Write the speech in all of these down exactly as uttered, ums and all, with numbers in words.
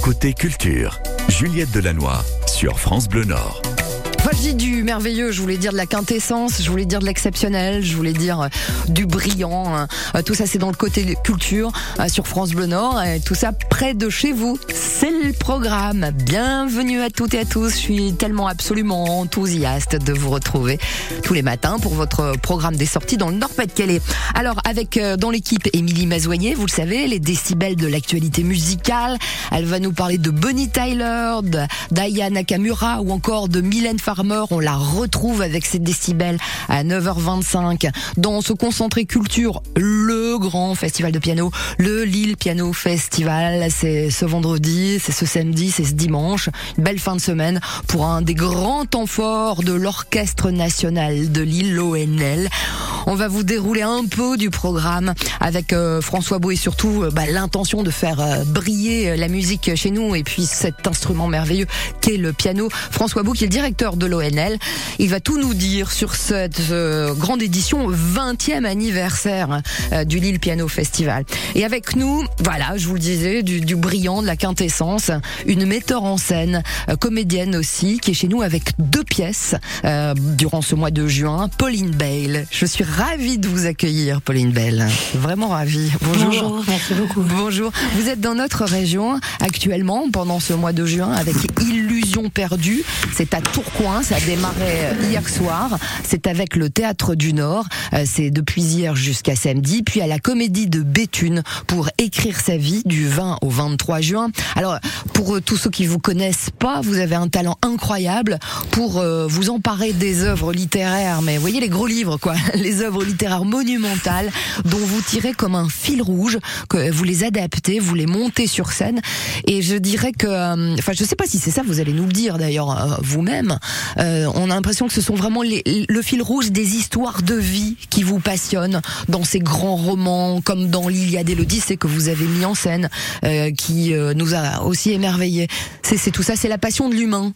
côté culture. Juliette Delannoy sur France Bleu Nord. Enfin, je dis du merveilleux, je voulais dire de la quintessence, je voulais dire de l'exceptionnel, je voulais dire euh, du brillant. Hein. Euh, tout ça, c'est dans le côté culture euh, sur France Bleu Nord. Et tout ça près de chez vous. C'est le programme. Bienvenue à toutes et à tous. Je suis tellement absolument enthousiaste de vous retrouver tous les matins pour votre programme des sorties dans le Nord-Pas-de-Calais. Alors, avec euh, dans l'équipe Émilie Mazoignet, vous le savez, les décibels de l'actualité musicale. Elle va nous parler de Bonnie Tyler, de d'Aya Nakamura ou encore de Mylène Farmer. On la retrouve avec ses décibels à neuf heures vingt-cinq dans ce concentré culture, le grand festival de piano, le Lille Piano Festival. C'est ce vendredi, c'est ce samedi, c'est ce dimanche. Une belle fin de semaine pour un des grands temps forts de l'Orchestre National de Lille, l'O N L. On va vous dérouler un peu du programme avec euh, François Beau et surtout euh, bah, l'intention de faire euh, briller la musique chez nous et puis cet instrument merveilleux qu'est le piano. François Beau qui est le directeur de l'O N L. Il va tout nous dire sur cette euh, grande édition, vingtième anniversaire euh, du Lille Piano Festival. Et avec nous, voilà, je vous le disais, du, du brillant, de la quintessence, une metteur en scène, euh, comédienne aussi, qui est chez nous avec deux pièces euh, durant ce mois de juin, Pauline Bale. Je suis ravie de vous accueillir, Pauline Bale. Vraiment ravie. Bonjour. Bonjour, merci beaucoup. Bonjour. Vous êtes dans notre région actuellement pendant ce mois de juin avec Illusion perdue. C'est à Tourcoing, ça a démarré hier soir. C'est avec le Théâtre du Nord. C'est depuis hier jusqu'à samedi. Puis à la Comédie de Béthune pour écrire sa vie du vingt au vingt-trois juin. Alors, pour tous ceux qui vous connaissent pas, vous avez un talent incroyable pour euh, vous emparer des œuvres littéraires. Mais vous voyez les gros livres, quoi. Les œuvres littéraires monumentales dont vous tirez comme un fil rouge, que vous les adaptez, vous les montez sur scène. Et je dirais que, euh, enfin, je sais pas si c'est ça, vous allez nous le dire d'ailleurs euh, vous-même. Euh, on a l'impression que ce sont vraiment les, le fil rouge des histoires de vie qui vous passionnent dans ces grands romans, comme dans l'Iliade et l'Odyssée que vous avez mis en scène, euh, qui euh, nous a aussi émerveillés. C'est, c'est tout ça, c'est la passion de l'humain.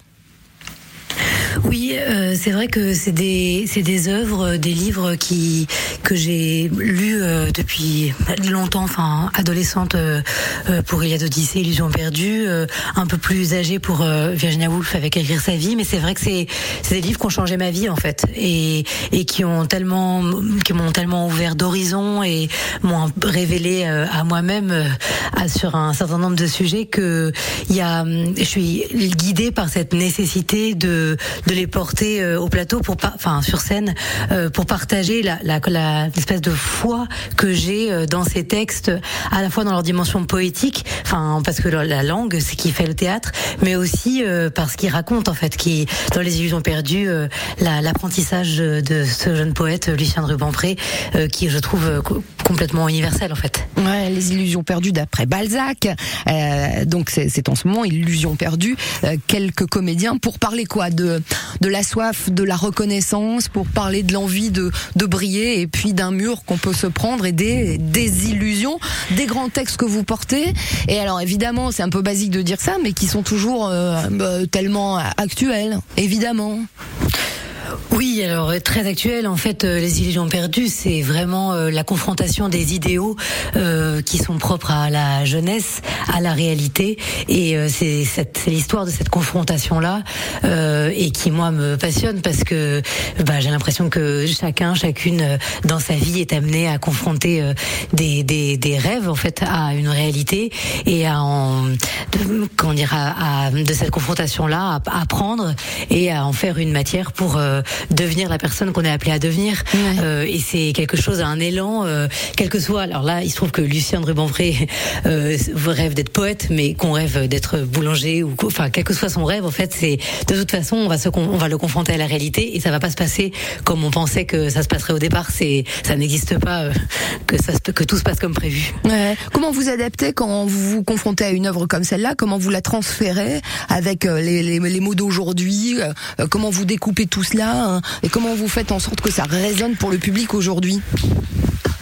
Oui, euh, c'est vrai que c'est des c'est des œuvres, des livres qui que j'ai lus euh, depuis longtemps, enfin adolescente euh, pour Iliade, Odyssée, Illusion perdue, euh, un peu plus âgée pour euh, Virginia Woolf avec Écrire sa vie, mais c'est vrai que c'est c'est des livres qui ont changé ma vie en fait et et qui ont tellement qui m'ont tellement ouvert d'horizons et m'ont révélé euh, à moi-même euh, à, sur un certain nombre de sujets que il y a je suis guidée par cette nécessité de de les porter euh, au plateau pour enfin sur scène euh, pour partager la la, la l'espèce de foi que j'ai euh, dans ces textes, à la fois dans leur dimension poétique, enfin parce que la, la langue c'est qui fait le théâtre, mais aussi euh, parce qu'ils racontent en fait, qui dans les Illusions perdues, euh, la, l'apprentissage de ce jeune poète Lucien de Rubempré, euh, qui je trouve euh, complètement universel en fait. Ouais, les Illusions perdues d'après Balzac. Euh, donc c'est, c'est en ce moment Illusions perdues. Euh, quelques comédiens pour parler quoi de de la soif, de la reconnaissance, pour parler de l'envie de de briller et puis d'un mur qu'on peut se prendre et des des illusions, des grands textes que vous portez. Et alors évidemment, c'est un peu basique de dire ça, mais qui sont toujours euh, euh, tellement actuels, évidemment. Oui, alors très actuel en fait, euh, les Illusions perdues, c'est vraiment euh, la confrontation des idéaux euh, qui sont propres à la jeunesse, à la réalité, et euh, c'est, cette, c'est l'histoire de cette confrontation-là euh, et qui moi me passionne parce que bah, j'ai l'impression que chacun, chacune euh, dans sa vie est amené à confronter euh, des, des, des rêves en fait à une réalité et à en, de, comment dire, à, à, de cette confrontation-là à apprendre et à en faire une matière pour euh, devenir la personne qu'on est appelé à devenir. Ouais. Euh, et c'est quelque chose, un élan, euh, quel que soit. Alors là, il se trouve que Lucien de Rubempré euh, rêve d'être poète, mais qu'on rêve d'être boulanger ou enfin quel que soit son rêve, en fait, c'est de toute façon on va se on va le confronter à la réalité et ça va pas se passer comme on pensait que ça se passerait au départ. C'est ça n'existe pas euh, que ça que tout se passe comme prévu. Ouais. Comment vous adaptez quand vous vous confrontez à une œuvre comme celle-là? Comment vous la transférez avec les les, les mots d'aujourd'hui? euh, Comment vous découpez tout cela? Et comment vous faites en sorte que ça résonne pour le public aujourd'hui?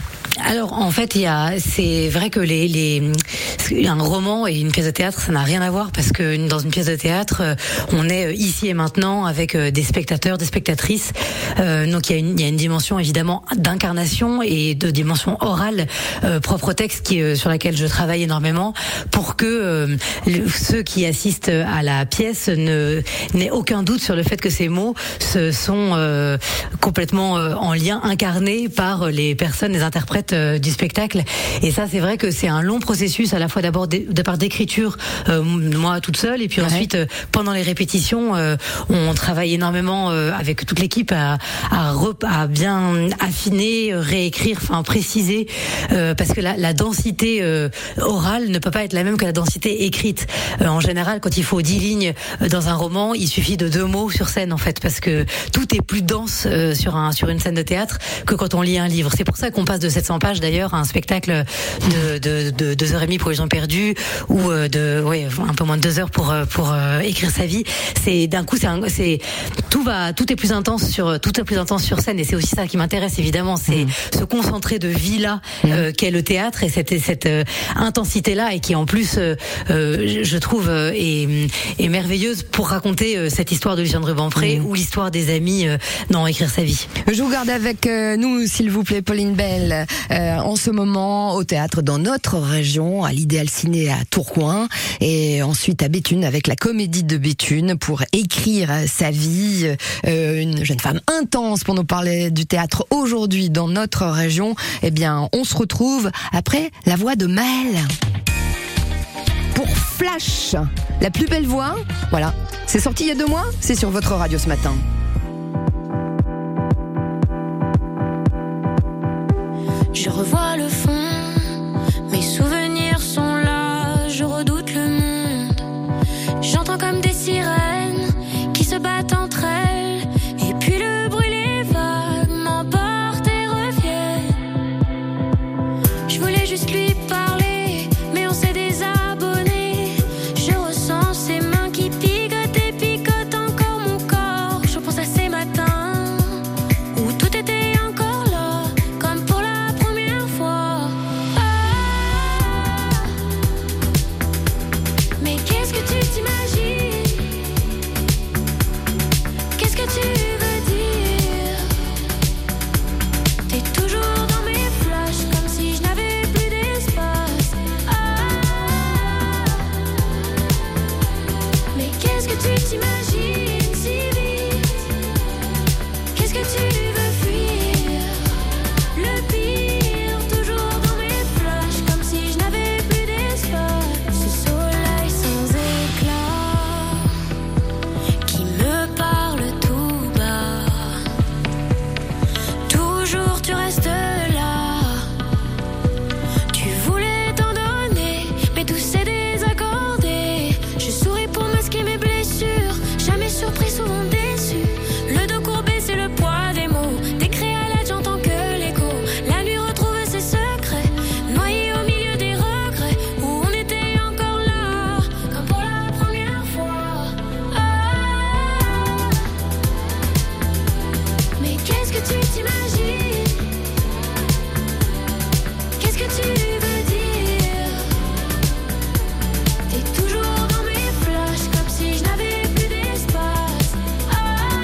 Alors en fait, il y a, c'est vrai que les, les, un roman et une pièce de théâtre, ça n'a rien à voir parce que dans une pièce de théâtre, on est ici et maintenant avec des spectateurs, des spectatrices. Euh, donc il y a une, il y a une dimension évidemment d'incarnation et de dimension orale euh, propre au texte qui, euh, sur laquelle je travaille énormément pour que euh, le, ceux qui assistent à la pièce ne n'aient aucun doute sur le fait que ces mots se sont euh, complètement euh, en lien, incarnés par les personnes, les interprètes euh, du spectacle. Et ça, c'est vrai que c'est un long processus, à la fois d'abord de, de part d'écriture, euh, moi toute seule, et puis ouais. ensuite euh, pendant les répétitions, euh, on travaille énormément euh, avec toute l'équipe à, à, rep, à bien affiner, réécrire, enfin préciser, euh, parce que la, la densité euh, orale ne peut pas être la même que la densité écrite. Euh, en général, quand il faut dix lignes dans un roman, il suffit de deux mots sur scène en fait, parce que tout est plus dense euh, sur un sur une scène de théâtre que quand on lit un livre. C'est pour ça qu'on passe de sept cents pages d'ailleurs à un spectacle de de, de deux heures et demie pour Les gens perdus, ou euh, de ouais un peu moins de deux heures pour pour euh, écrire sa vie. C'est d'un coup c'est un, c'est tout va tout est plus intense sur tout est plus intense sur scène, et c'est aussi ça qui m'intéresse évidemment, c'est mmh. ce concentré de vie là euh, mmh. qu'est le théâtre, et cette cette euh, intensité là, et qui en plus euh, euh, je trouve euh, est, est merveilleuse pour raconter euh, cette histoire de Lucien de Rubempré mmh. ou l'histoire des amis euh, dans Écrire sa vie. Je vous garde avec euh, nous s'il vous plaît, Pauline Bell, euh, en ce moment au théâtre dans notre région, à l'Idéal Ciné à Tourcoing, et ensuite à Béthune avec la Comédie de Béthune pour écrire sa vie. Euh, une jeune femme intense pour nous parler du théâtre aujourd'hui dans notre région. Eh bien, on se retrouve après la voix de Maëlle pour Flash, la plus belle voix. Voilà, c'est sorti il y a deux mois, c'est sur votre radio ce matin. Je revois le fond, mes souvenirs sont là, je redoute le monde. J'entends comme des sirènes qui se battent entre elles, et puis le bruit, les vagues m'emportent et reviennent. Je voulais juste lui parler, mais on s'est désabonné. Je ressens ses mains qui picotent et picotent encore mon corps. Je pense à ces matins où tout était encore là, comme pour la première fois. Ah, mais qu'est-ce que tu t'imagines? Qu'est-ce que tu veux dire? T'es toujours dans mes flashs, comme si je n'avais plus d'espace. Ah, mais qu'est-ce que tu t'imagines si vite? Qu'est-ce que tu veux fuir? Le pire, toujours dans mes flashs, comme si je n'avais plus d'espace. Ce soleil sans éclat qui me parle tout bas. Toujours tu restes là. Tu voulais t'en donner, mais tout s'est désaccordé. Je souris pour masquer mes blessures, jamais surpris, souvent déçu. Le dos courbé, c'est le poids des mots. Décrit à l'aide, j'entends que l'écho. La nuit retrouve ses secrets, noyé au milieu des regrets, où on était encore là, comme pour la première fois. Ah, mais qu'est-ce que tu t'imagines? Qu'est-ce que tu veux dire? T'es toujours dans mes flashs, comme si je n'avais plus d'espace. Ah,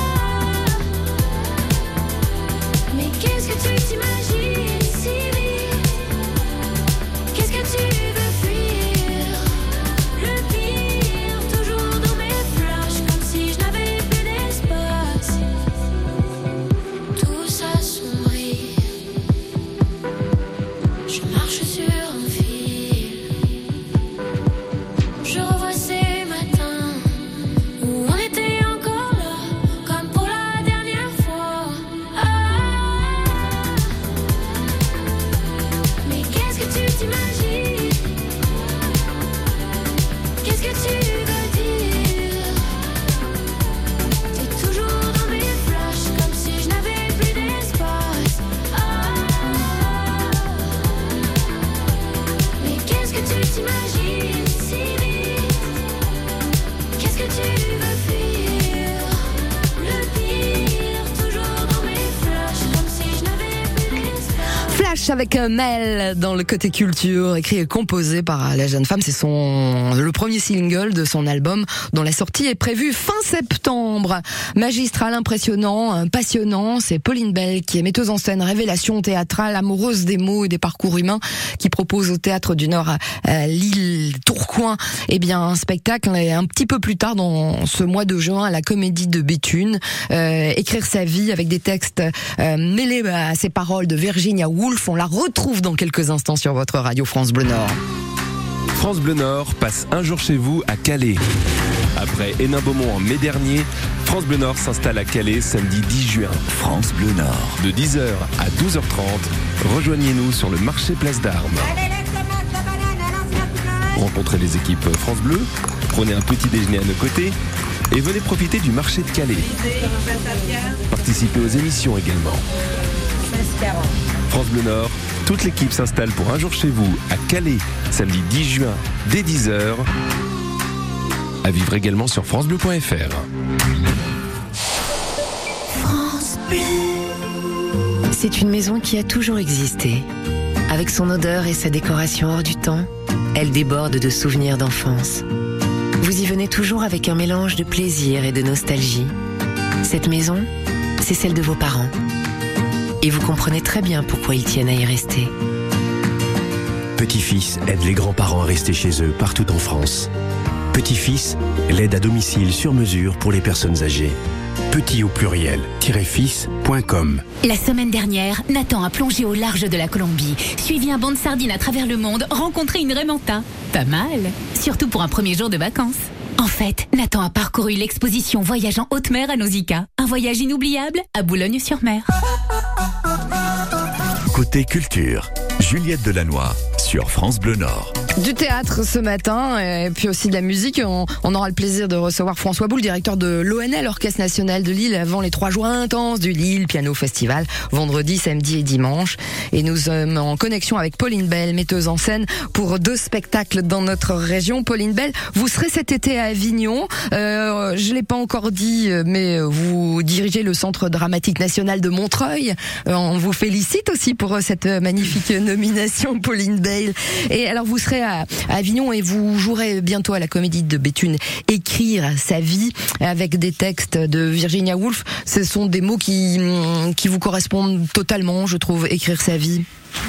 mais qu'est-ce que tu t'imagines si vite? Qu'est-ce que tu veux fuir? Le pire, toujours dans mes flashs, comme si je n'avais plus d'espace. Tout s'assombrit. Je marche sur un fil. Je revois ces matins où on était encore là, comme pour la dernière fois. Ah, mais qu'est-ce que tu t'imagines? Qu'est-ce que tu veux dire? T'es toujours dans mes flashs, comme si je n'avais plus d'espace. Ah, mais qu'est-ce que tu t'imagines si vite? Qu'est-ce que tu veux fuir? Le pire, toujours dans mes flashs, comme si je n'avais plus d'espace. Flash H avec Mel dans le côté culture, écrit et composé par la jeune femme. C'est son le premier single de son album dont la sortie est prévue fin septembre. Magistral, impressionnant, passionnant, c'est Pauline Bell qui est metteuse en scène, révélation théâtrale, amoureuse des mots et des parcours humains, qui propose au Théâtre du Nord à Lille, Tourcoing, eh bien un spectacle. Et un petit peu plus tard dans ce mois de juin à la Comédie de Béthune, euh, écrire sa vie avec des textes euh, mêlés à ses paroles de Virginia Woolf. On la retrouve dans quelques instants sur votre radio France Bleu Nord. France Bleu Nord passe un jour chez vous à Calais. Après Hénin-Beaumont en mai dernier, France Bleu Nord s'installe à Calais samedi dix juin. France Bleu Nord. De dix heures à douze heures trente, rejoignez-nous sur le marché Place d'Armes. Rencontrez les équipes France Bleu, prenez un petit déjeuner à nos côtés et venez profiter du marché de Calais. Participez aux émissions également. France Bleu Nord, toute l'équipe s'installe pour un jour chez vous à Calais, samedi dix juin, dès dix heures. À vivre également sur francebleu point f r. France Bleu. C'est une maison qui a toujours existé. Avec son odeur et sa décoration hors du temps, elle déborde de souvenirs d'enfance. Vous y venez toujours avec un mélange de plaisir et de nostalgie. Cette maison, c'est celle de vos parents. Et vous comprenez très bien pourquoi ils tiennent à y rester. Petit-fils aide les grands-parents à rester chez eux partout en France. Petit-fils, l'aide à domicile sur mesure pour les personnes âgées. Petit au pluriel, fils point com. La semaine dernière, Nathan a plongé au large de la Colombie, suivi un banc de sardines à travers le monde, rencontré une raie manta. Pas mal, surtout pour un premier jour de vacances. En fait, Nathan a parcouru l'exposition Voyage en haute mer à Nausicaa. Un voyage inoubliable à Boulogne-sur-Mer. Côté culture, Juliette Delannoy sur France Bleu Nord. Du théâtre ce matin, et puis aussi de la musique. On, on aura le plaisir de recevoir François Boulle, directeur de l'O N L, Orchestre National de Lille, avant les trois jours intenses du Lille Piano Festival, vendredi, samedi et dimanche. Et nous sommes en connexion avec Pauline Bell, metteuse en scène, pour deux spectacles dans notre région. Pauline Bell, vous serez cet été à Avignon. Euh, je l'ai pas encore dit, mais vous dirigez le Centre Dramatique National de Montreuil. Euh, on vous félicite aussi pour cette magnifique nomination, Pauline Bell. Et alors, vous serez à Avignon et vous jouerez bientôt à la Comédie de Béthune écrire sa vie avec des textes de Virginia Woolf. Ce sont des mots qui qui vous correspondent totalement, je trouve, écrire sa vie.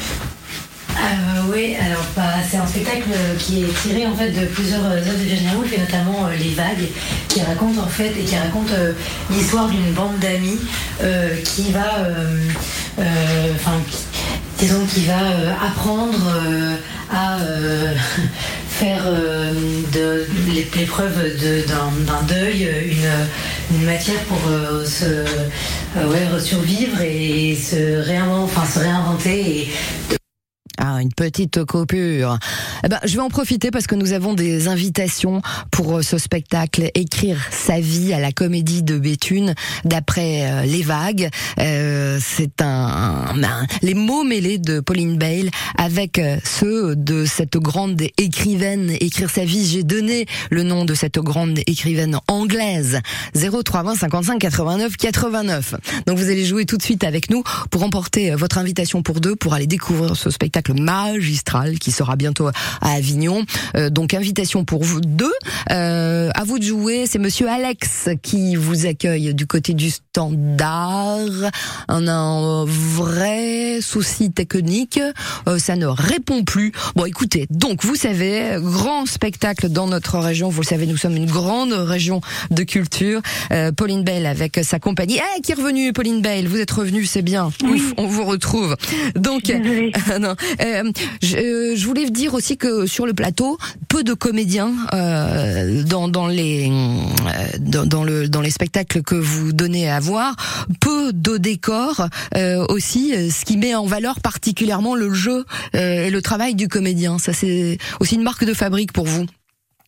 Euh, oui, alors bah, c'est un spectacle qui est tiré en fait de plusieurs œuvres de Virginia Woolf et notamment euh, Les Vagues, qui raconte en fait et qui raconte euh, l'histoire d'une bande d'amis euh, qui va, enfin, euh, euh, disons, qui va euh, apprendre euh, à euh, faire euh, de l'épreuve de, d'un, d'un deuil une, une matière pour euh, se euh, ouais, survivre et se réinventer, enfin se réinventer et Ah, une petite coupure. Eh ben, je vais en profiter parce que nous avons des invitations pour ce spectacle Écrire sa vie à la Comédie de Béthune, d'après euh, Les Vagues. Euh, c'est un, un, les mots mêlés de Pauline Bell avec ceux de cette grande écrivaine. Écrire sa vie, j'ai donné le nom de cette grande écrivaine anglaise. zéro trois vingt cinquante-cinq quatre-vingt-neuf quatre-vingt-neuf. Donc vous allez jouer tout de suite avec nous pour remporter votre invitation pour deux pour aller découvrir ce spectacle magistral qui sera bientôt à Avignon. Euh, donc invitation pour vous deux. Euh, à vous de jouer. C'est Monsieur Alex qui vous accueille du côté du standard. On a un vrai souci technique. Euh, ça ne répond plus. Bon, écoutez. Donc vous savez, grand spectacle dans notre région. Vous le savez, nous sommes une grande région de culture. Euh, Pauline Bell avec sa compagnie. Eh, qui est revenue, Pauline Bell. Vous êtes revenue, c'est bien. Oui. Ouf, on vous retrouve. Donc, euh, non. Euh, je, je voulais dire aussi que sur le plateau, peu de comédiens euh, dans, dans les euh, dans, dans le dans les spectacles que vous donnez à voir, peu de décors euh, aussi, ce qui met en valeur particulièrement le jeu euh, et le travail du comédien. Ça, c'est aussi une marque de fabrique pour vous.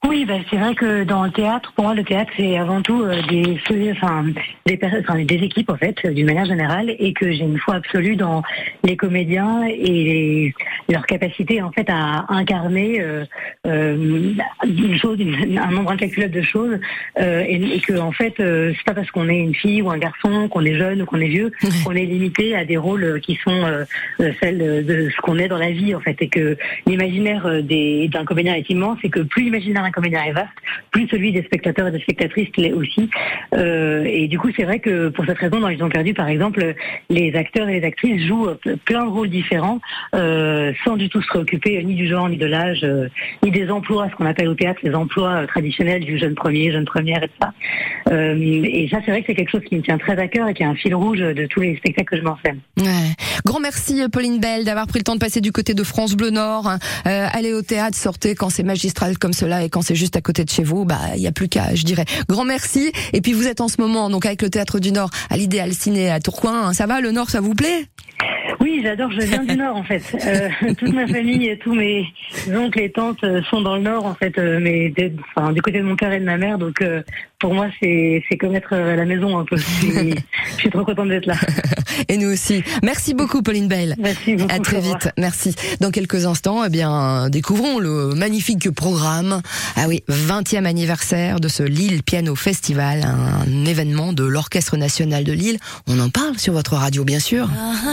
Oui, bah, c'est vrai que dans le théâtre, pour moi, le théâtre, c'est avant tout euh, des, enfin, des, enfin, des équipes, en fait, d'une manière générale, et que j'ai une foi absolue dans les comédiens et les, leur capacité, en fait, à incarner euh, euh, une chose, une, un nombre incalculable de choses, euh, et, et que, en fait, euh, c'est pas parce qu'on est une fille ou un garçon, qu'on est jeune ou qu'on est vieux, qu'on est limité à des rôles qui sont euh, celles de, de ce qu'on est dans la vie, en fait, et que l'imaginaire des, d'un comédien est immense, et que plus l'imaginaire d'un comédien est vaste, plus celui des spectateurs et des spectatrices l'est aussi. Euh, et du coup, c'est vrai que pour cette raison, dans Ils ont perdu, par exemple, les acteurs et les actrices jouent plein de rôles différents, euh, sans du tout se préoccuper ni du genre, ni de l'âge, euh, ni des emplois, ce qu'on appelle au théâtre les emplois euh, traditionnels du jeune premier, jeune première, et cetera. Euh, et ça, c'est vrai que c'est quelque chose qui me tient très à cœur et qui est un fil rouge de tous les spectacles que je m'enseigne. Ouais. Grand merci Pauline Bell d'avoir pris le temps de passer du côté de France Bleu Nord. Euh, allez au théâtre, sortez quand c'est magistral comme cela et quand c'est juste à côté de chez vous, bah il y a plus qu'à, je dirais. Grand merci. Et puis vous êtes en ce moment donc avec le Théâtre du Nord à l'Idéal Ciné à Tourcoing. Ça va, le Nord, ça vous plaît? Oui, j'adore, je viens du Nord en fait. Euh, toute ma famille et tous mes oncles et tantes sont dans le Nord en fait, euh, mais de, enfin, du côté de mon père et de ma mère, donc euh, pour moi c'est, c'est comme être à la maison un peu. Je suis, je suis trop contente d'être là. Et nous aussi. Merci beaucoup Pauline Bell. Merci beaucoup. À très vite, merci. Dans quelques instants, eh bien, découvrons le magnifique programme. Ah oui, vingtième anniversaire de ce Lille Piano Festival, un événement de l'Orchestre National de Lille. On en parle sur votre radio, bien sûr.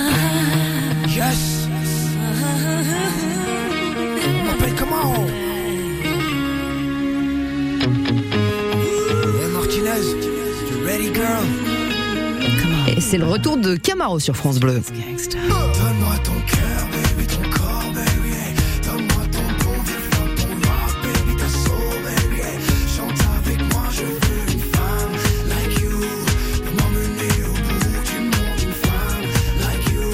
Yes. On m'appelle comment? Hey Martinez, you ready girl? Et c'est le retour de Camaro sur France Bleu. Donne-moi ton cœur, baby, ton corps, baby. Donne-moi ton bon vieux femme, ton rock, baby, ta soul, baby. Chante avec moi, je veux une femme like you. Pour m'emmener au bout du monde, une femme like you.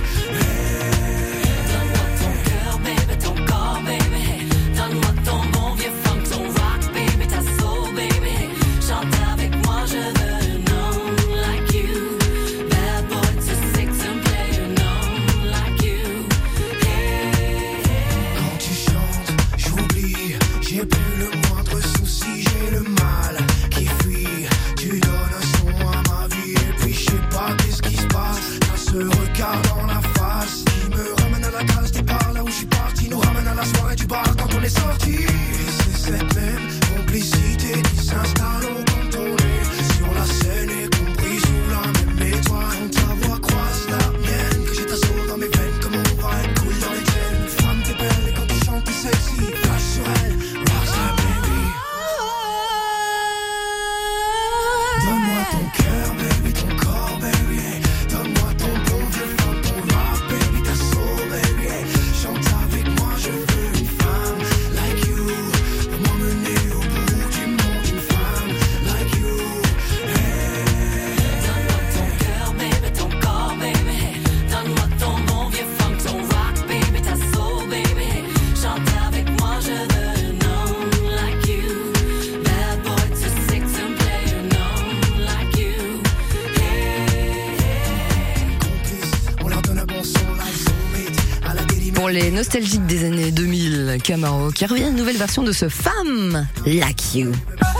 Hey. Donne-moi ton cœur, baby, ton corps, baby. Donne-moi ton bon vieux femme, ton rock, baby, ta soul, baby. Chante avec moi, je veux un homme like you. Bad boy to six and play an homme like you. Hey. Quand tu chantes, j'oublie, j'ai plus le moindre souci, j'ai le mal qui fuit. Tu donnes un son à ma vie et puis je sais pas qu'est-ce qui se passe. T'as ce regard dans la face qui me ramène à la case départ, là où je suis parti, nous ramène à la soirée du bar quand on est sorti. Et c'est cette même complicité qui s'installe quand on est sur la scène et compris sous la même étoile. Quand ta voix croise la mienne, que j'ai ta soul dans mes veines, comment on va être cool dans les tiennes. Une femme t'es belle et quand tu chantes t'es sexy, flash sur elle, rock ça baby. Donne-moi ton cœur baby, ton corps baby. Donne-moi ton bon vieux femme, ton rock baby, ta soul baby. Chante avec moi, je veux une femme like you. Pour m'emmener au bout du monde, une femme like you. Hey. Donne-moi ton cœur baby, ton corps baby. Donne-moi ton bon vieux femme, ton rock baby, ta soul baby. Chante avec moi, je veux un homme like you. Bad boy to six and play an homme like you. Hey. Complice, on leur donne un bon son like soulmate. À la délimite. Pour les nostalgiques des années deux mille, Camaro qui revient une nouvelle version de ce Femme Like You.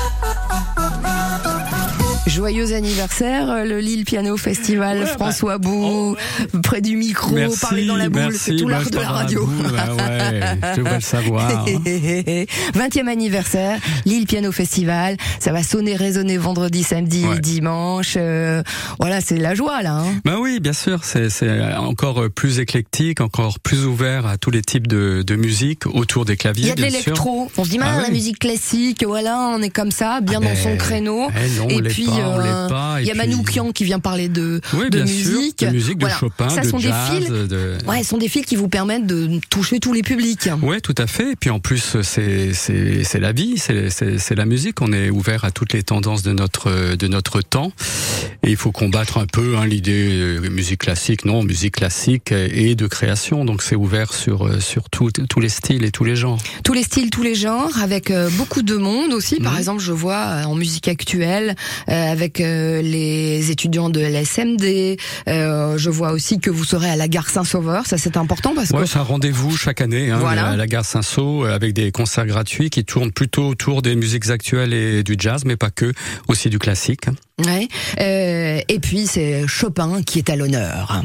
Joyeux anniversaire, le Lille Piano Festival, ouais, François bah, Bou, oh, près du micro, merci, parler dans la boule, merci, c'est tout l'art de la radio. La boule, bah ouais, je devrais le savoir. vingtième anniversaire, Lille Piano Festival, ça va sonner, résonner vendredi, samedi, ouais. dimanche. Euh, voilà, c'est la joie là. Hein. Bah oui, bien sûr, c'est, c'est encore plus éclectique, encore plus ouvert à tous les types de, de musique autour des claviers. Il y a de bien l'électro. Sûr. On se dit, ah, ah, la oui. musique classique, voilà, on est comme ça, bien ah, dans son créneau. Eh non, et puis, pas, euh, il y a puis... Manoukian qui vient parler de, oui, de bien musique. Sûr, de musique, de voilà. Chopin, ça de sont jazz. Des fils, de... Ouais, ce sont des fils qui vous permettent de toucher tous les publics. Oui, tout à fait. Et puis en plus, c'est, c'est, c'est la vie, c'est, c'est, c'est la musique. On est ouvert à toutes les tendances de notre, de notre temps. Et il faut combattre un peu hein, l'idée de musique classique. Non, musique classique et de création. Donc c'est ouvert sur, sur tout, tous les styles et tous les genres. Tous les styles, tous les genres, avec euh, beaucoup de monde aussi. Par mmh. exemple, je vois euh, en musique actuelle, euh, avec euh, les étudiants de l'A S M D. Euh, je vois aussi que vous serez à la gare Saint-Sauveur. Ça, c'est important parce ouais, que c'est un rendez-vous chaque année hein, voilà. à la gare Saint-Sau avec des concerts gratuits qui tournent plutôt autour des musiques actuelles et du jazz, mais pas que, aussi du classique. Ouais. Euh, et puis c'est Chopin qui est à l'honneur.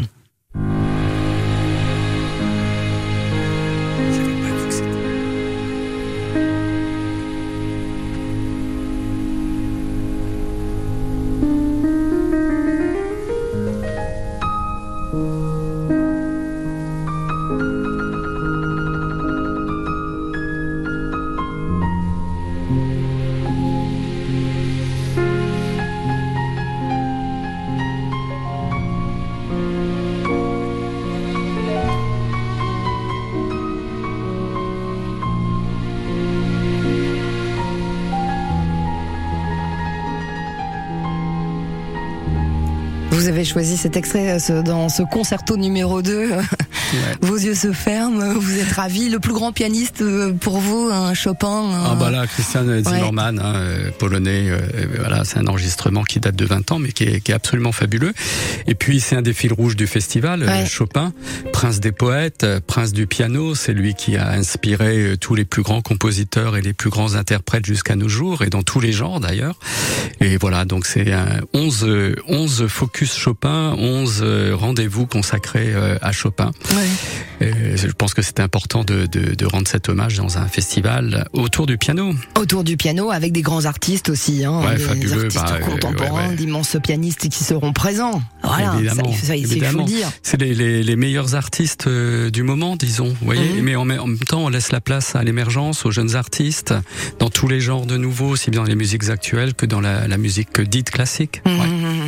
Vous avez choisi cet extrait dans ce concerto numéro deux. Ouais. Vos yeux se ferment, vous êtes ravis. Le plus grand pianiste pour vous, un Chopin. Un... Ah bah là, Christian Zimmermann, ouais. hein, polonais. Euh, voilà, c'est un enregistrement qui date de vingt ans, mais qui est, qui est absolument fabuleux. Et puis c'est un des fils rouges du festival. Ouais. Chopin, prince des poètes, prince du piano. C'est lui qui a inspiré tous les plus grands compositeurs et les plus grands interprètes jusqu'à nos jours, et dans tous les genres d'ailleurs. Et voilà, donc c'est un onze, onze focus Chopin, onze rendez-vous consacrés à Chopin. Ouais. Et je pense que c'était important de, de, de rendre cet hommage dans un festival autour du piano. Autour du piano, avec des grands artistes aussi, hein, ouais, des fabuleux, artistes bah, contemporains, ouais, ouais. d'immenses pianistes qui seront présents. Voilà, évidemment, ça, ça, il faut le dire. C'est les, les, les meilleurs artistes euh, du moment, disons. Vous voyez, mmh. mais en, en même temps, on laisse la place à l'émergence, aux jeunes artistes, dans tous les genres de nouveau, aussi bien dans les musiques actuelles que dans la, la musique dite classique. Mmh. Ouais.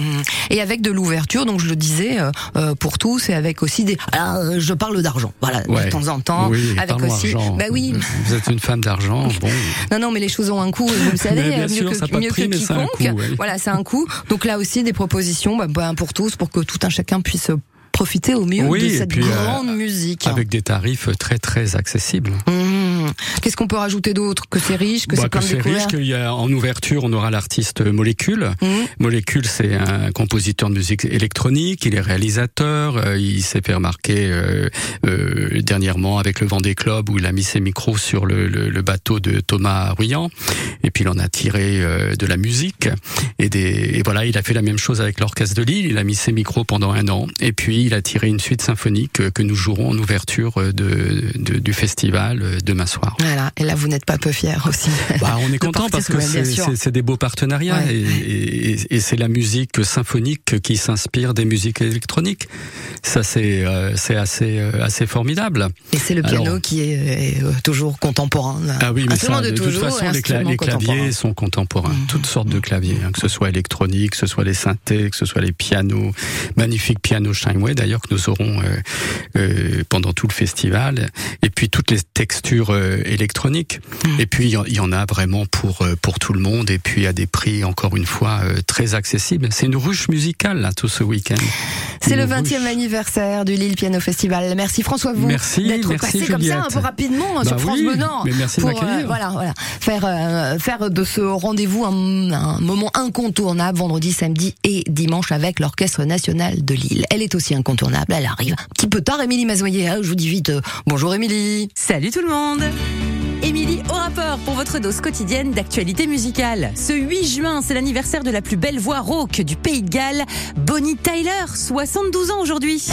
Et avec de l'ouverture, donc je le disais, euh, pour tous, et avec aussi des. Alors, je parle d'argent, voilà, ouais. de temps en temps, oui, avec aussi. Argent. Bah oui. Vous êtes une femme d'argent, bon. Non, non, mais les choses ont un coût, vous le savez, bien mieux sûr, que, ça mieux prix, que quiconque. Coût, ouais. Voilà, c'est un coût. Donc là aussi, des propositions, bah, bah, pour tous, pour que tout un chacun puisse profiter au mieux oui, de cette puis, grande euh, musique. Avec des tarifs très très accessibles. Mmh. Qu'est-ce qu'on peut rajouter d'autre? Que c'est riche, que bah, c'est plein de découvertes. C'est riche, qu'il y a en ouverture, on aura l'artiste Molécule. Mmh. Molécule, c'est un compositeur de musique électronique, il est réalisateur, euh, il s'est fait remarquer euh, euh, dernièrement avec le Vendée Globe où il a mis ses micros sur le, le, le bateau de Thomas Ruyant. Et puis il en a tiré euh, de la musique. Et, des, et voilà, il a fait la même chose avec l'Orchestre de Lille, il a mis ses micros pendant un an. Et puis il a tiré une suite symphonique que, que nous jouerons en ouverture de, de, du festival demain soir. Voilà, et là vous n'êtes pas peu fiers aussi. Bah, on est content parce que c'est, c'est, c'est des beaux partenariats ouais. et, et, et c'est la musique symphonique qui s'inspire des musiques électroniques. Ça c'est, euh, c'est assez, euh, assez formidable. Et c'est le piano Alors, qui est, est toujours contemporain. Ah oui, mais ça, de, de toujours, toute façon les, cla- les claviers sont contemporains. Mmh. Toutes sortes de claviers, hein, que ce soit électronique, que ce soit les synthés, que ce soit les pianos, magnifiques pianos Steinway d'ailleurs que nous aurons euh, euh, pendant tout le festival. Et puis toutes les textures euh, électroniques. Mmh. Et puis il y en a vraiment pour pour tout le monde. Et puis à des prix encore une fois euh, très accessibles. C'est une ruche musicale là tout ce week-end. C'est une le vingtième ruche. Anniversaire du Lille Piano Festival. Merci François vous merci, d'être merci passé Juliette. Comme ça un peu rapidement bah sur France oui, Bleu Nord. Mais merci pour, de m'accueillir. Euh, voilà, voilà. Faire euh, faire de ce rendez-vous un, un moment incontournable vendredi, samedi et dimanche avec l'Orchestre National de Lille. Elle est aussi incontournable. Elle arrive un petit peu tard. Émilie Mazoyer, je vous dis vite. Euh, bonjour Émilie. Salut tout le monde. Émilie au rapport pour votre dose quotidienne d'actualité musicale. Ce huit juin, c'est l'anniversaire de la plus belle voix rauque du Pays de Galles, Bonnie Tyler, soixante-douze ans aujourd'hui.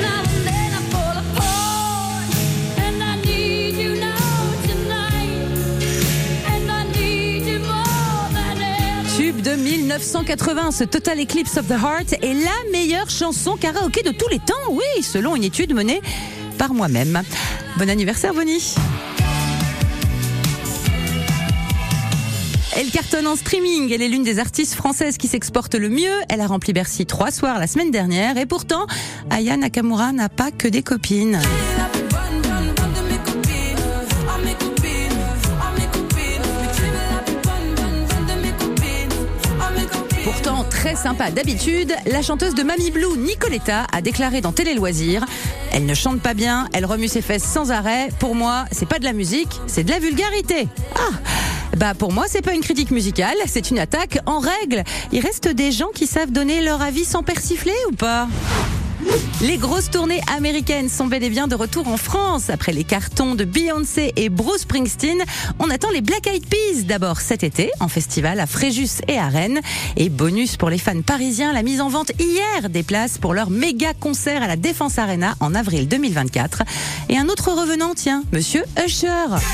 Tube de mille neuf cent quatre-vingts, ce Total Eclipse of the Heart est la meilleure chanson karaoké de tous les temps, oui, selon une étude menée par moi-même. Bon anniversaire Bonnie. Elle cartonne en streaming, elle est l'une des artistes françaises qui s'exporte le mieux. Elle a rempli Bercy trois soirs la semaine dernière et pourtant, Aya Nakamura n'a pas que des copines. Pourtant très sympa d'habitude, la chanteuse de Mamie Blue, Nicoletta, a déclaré dans Télé Loisirs: elle ne chante pas bien, elle remue ses fesses sans arrêt. Pour moi, c'est pas de la musique, c'est de la vulgarité. Ah. Bah pour moi, c'est pas une critique musicale, c'est une attaque en règle. Il reste des gens qui savent donner leur avis sans persifler ou pas ? Les grosses tournées américaines sont bel et bien de retour en France. Après les cartons de Beyoncé et Bruce Springsteen, on attend les Black Eyed Peas d'abord cet été, en festival à Fréjus et à Rennes. Et bonus pour les fans parisiens, la mise en vente hier des places pour leur méga concert à la Défense Arena en avril deux mille vingt-quatre. Et un autre revenant, tiens, Monsieur Usher.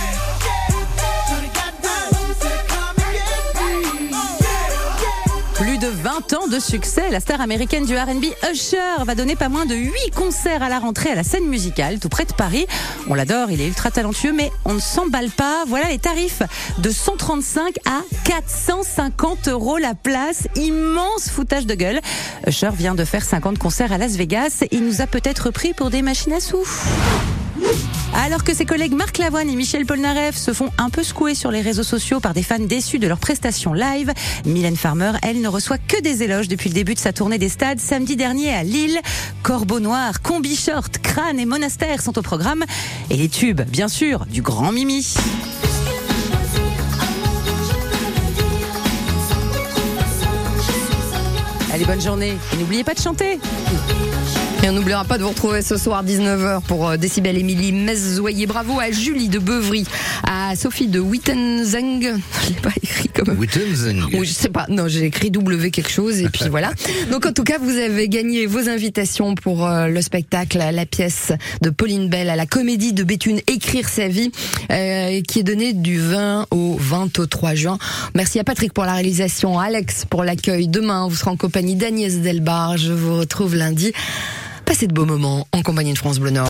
Plus de vingt ans de succès, la star américaine du R and B Usher va donner pas moins de huit concerts à la rentrée à la Scène Musicale, tout près de Paris. On l'adore, il est ultra talentueux, mais on ne s'emballe pas. Voilà les tarifs, de cent trente-cinq à quatre cent cinquante euros la place. Immense foutage de gueule. Usher vient de faire cinquante concerts à Las Vegas. Il nous a peut-être pris pour des machines à sous. Alors que ses collègues Marc Lavoine et Michel Polnareff se font un peu secouer sur les réseaux sociaux par des fans déçus de leurs prestations live, Mylène Farmer, elle, ne reçoit que des éloges depuis le début de sa tournée des stades samedi dernier à Lille. Corbeau Noir, Combi Short, Crâne et Monastère sont au programme. Et les tubes, bien sûr, du grand Mimi. Allez, bonne journée. Et n'oubliez pas de chanter. Et on n'oubliera pas de vous retrouver ce soir dix-neuf heures pour Décibel Émilie Meszoyer. Bravo à Julie de Beuvry, à Sophie de Wittenzeng. Je l'ai pas écrit comme Wittenzeng. Oui, je sais pas. Non, j'ai écrit W quelque chose et puis voilà. Donc en tout cas, vous avez gagné vos invitations pour euh, le spectacle, la pièce de Pauline Bell à la Comédie de Béthune, Écrire sa vie, euh, qui est donnée du vingt au vingt-trois juin. Merci à Patrick pour la réalisation, à Alex pour l'accueil. Demain, vous serez en compagnie d'Agnès Delbar. Je vous retrouve lundi. Passez de beaux moments en compagnie de France Bleu Nord.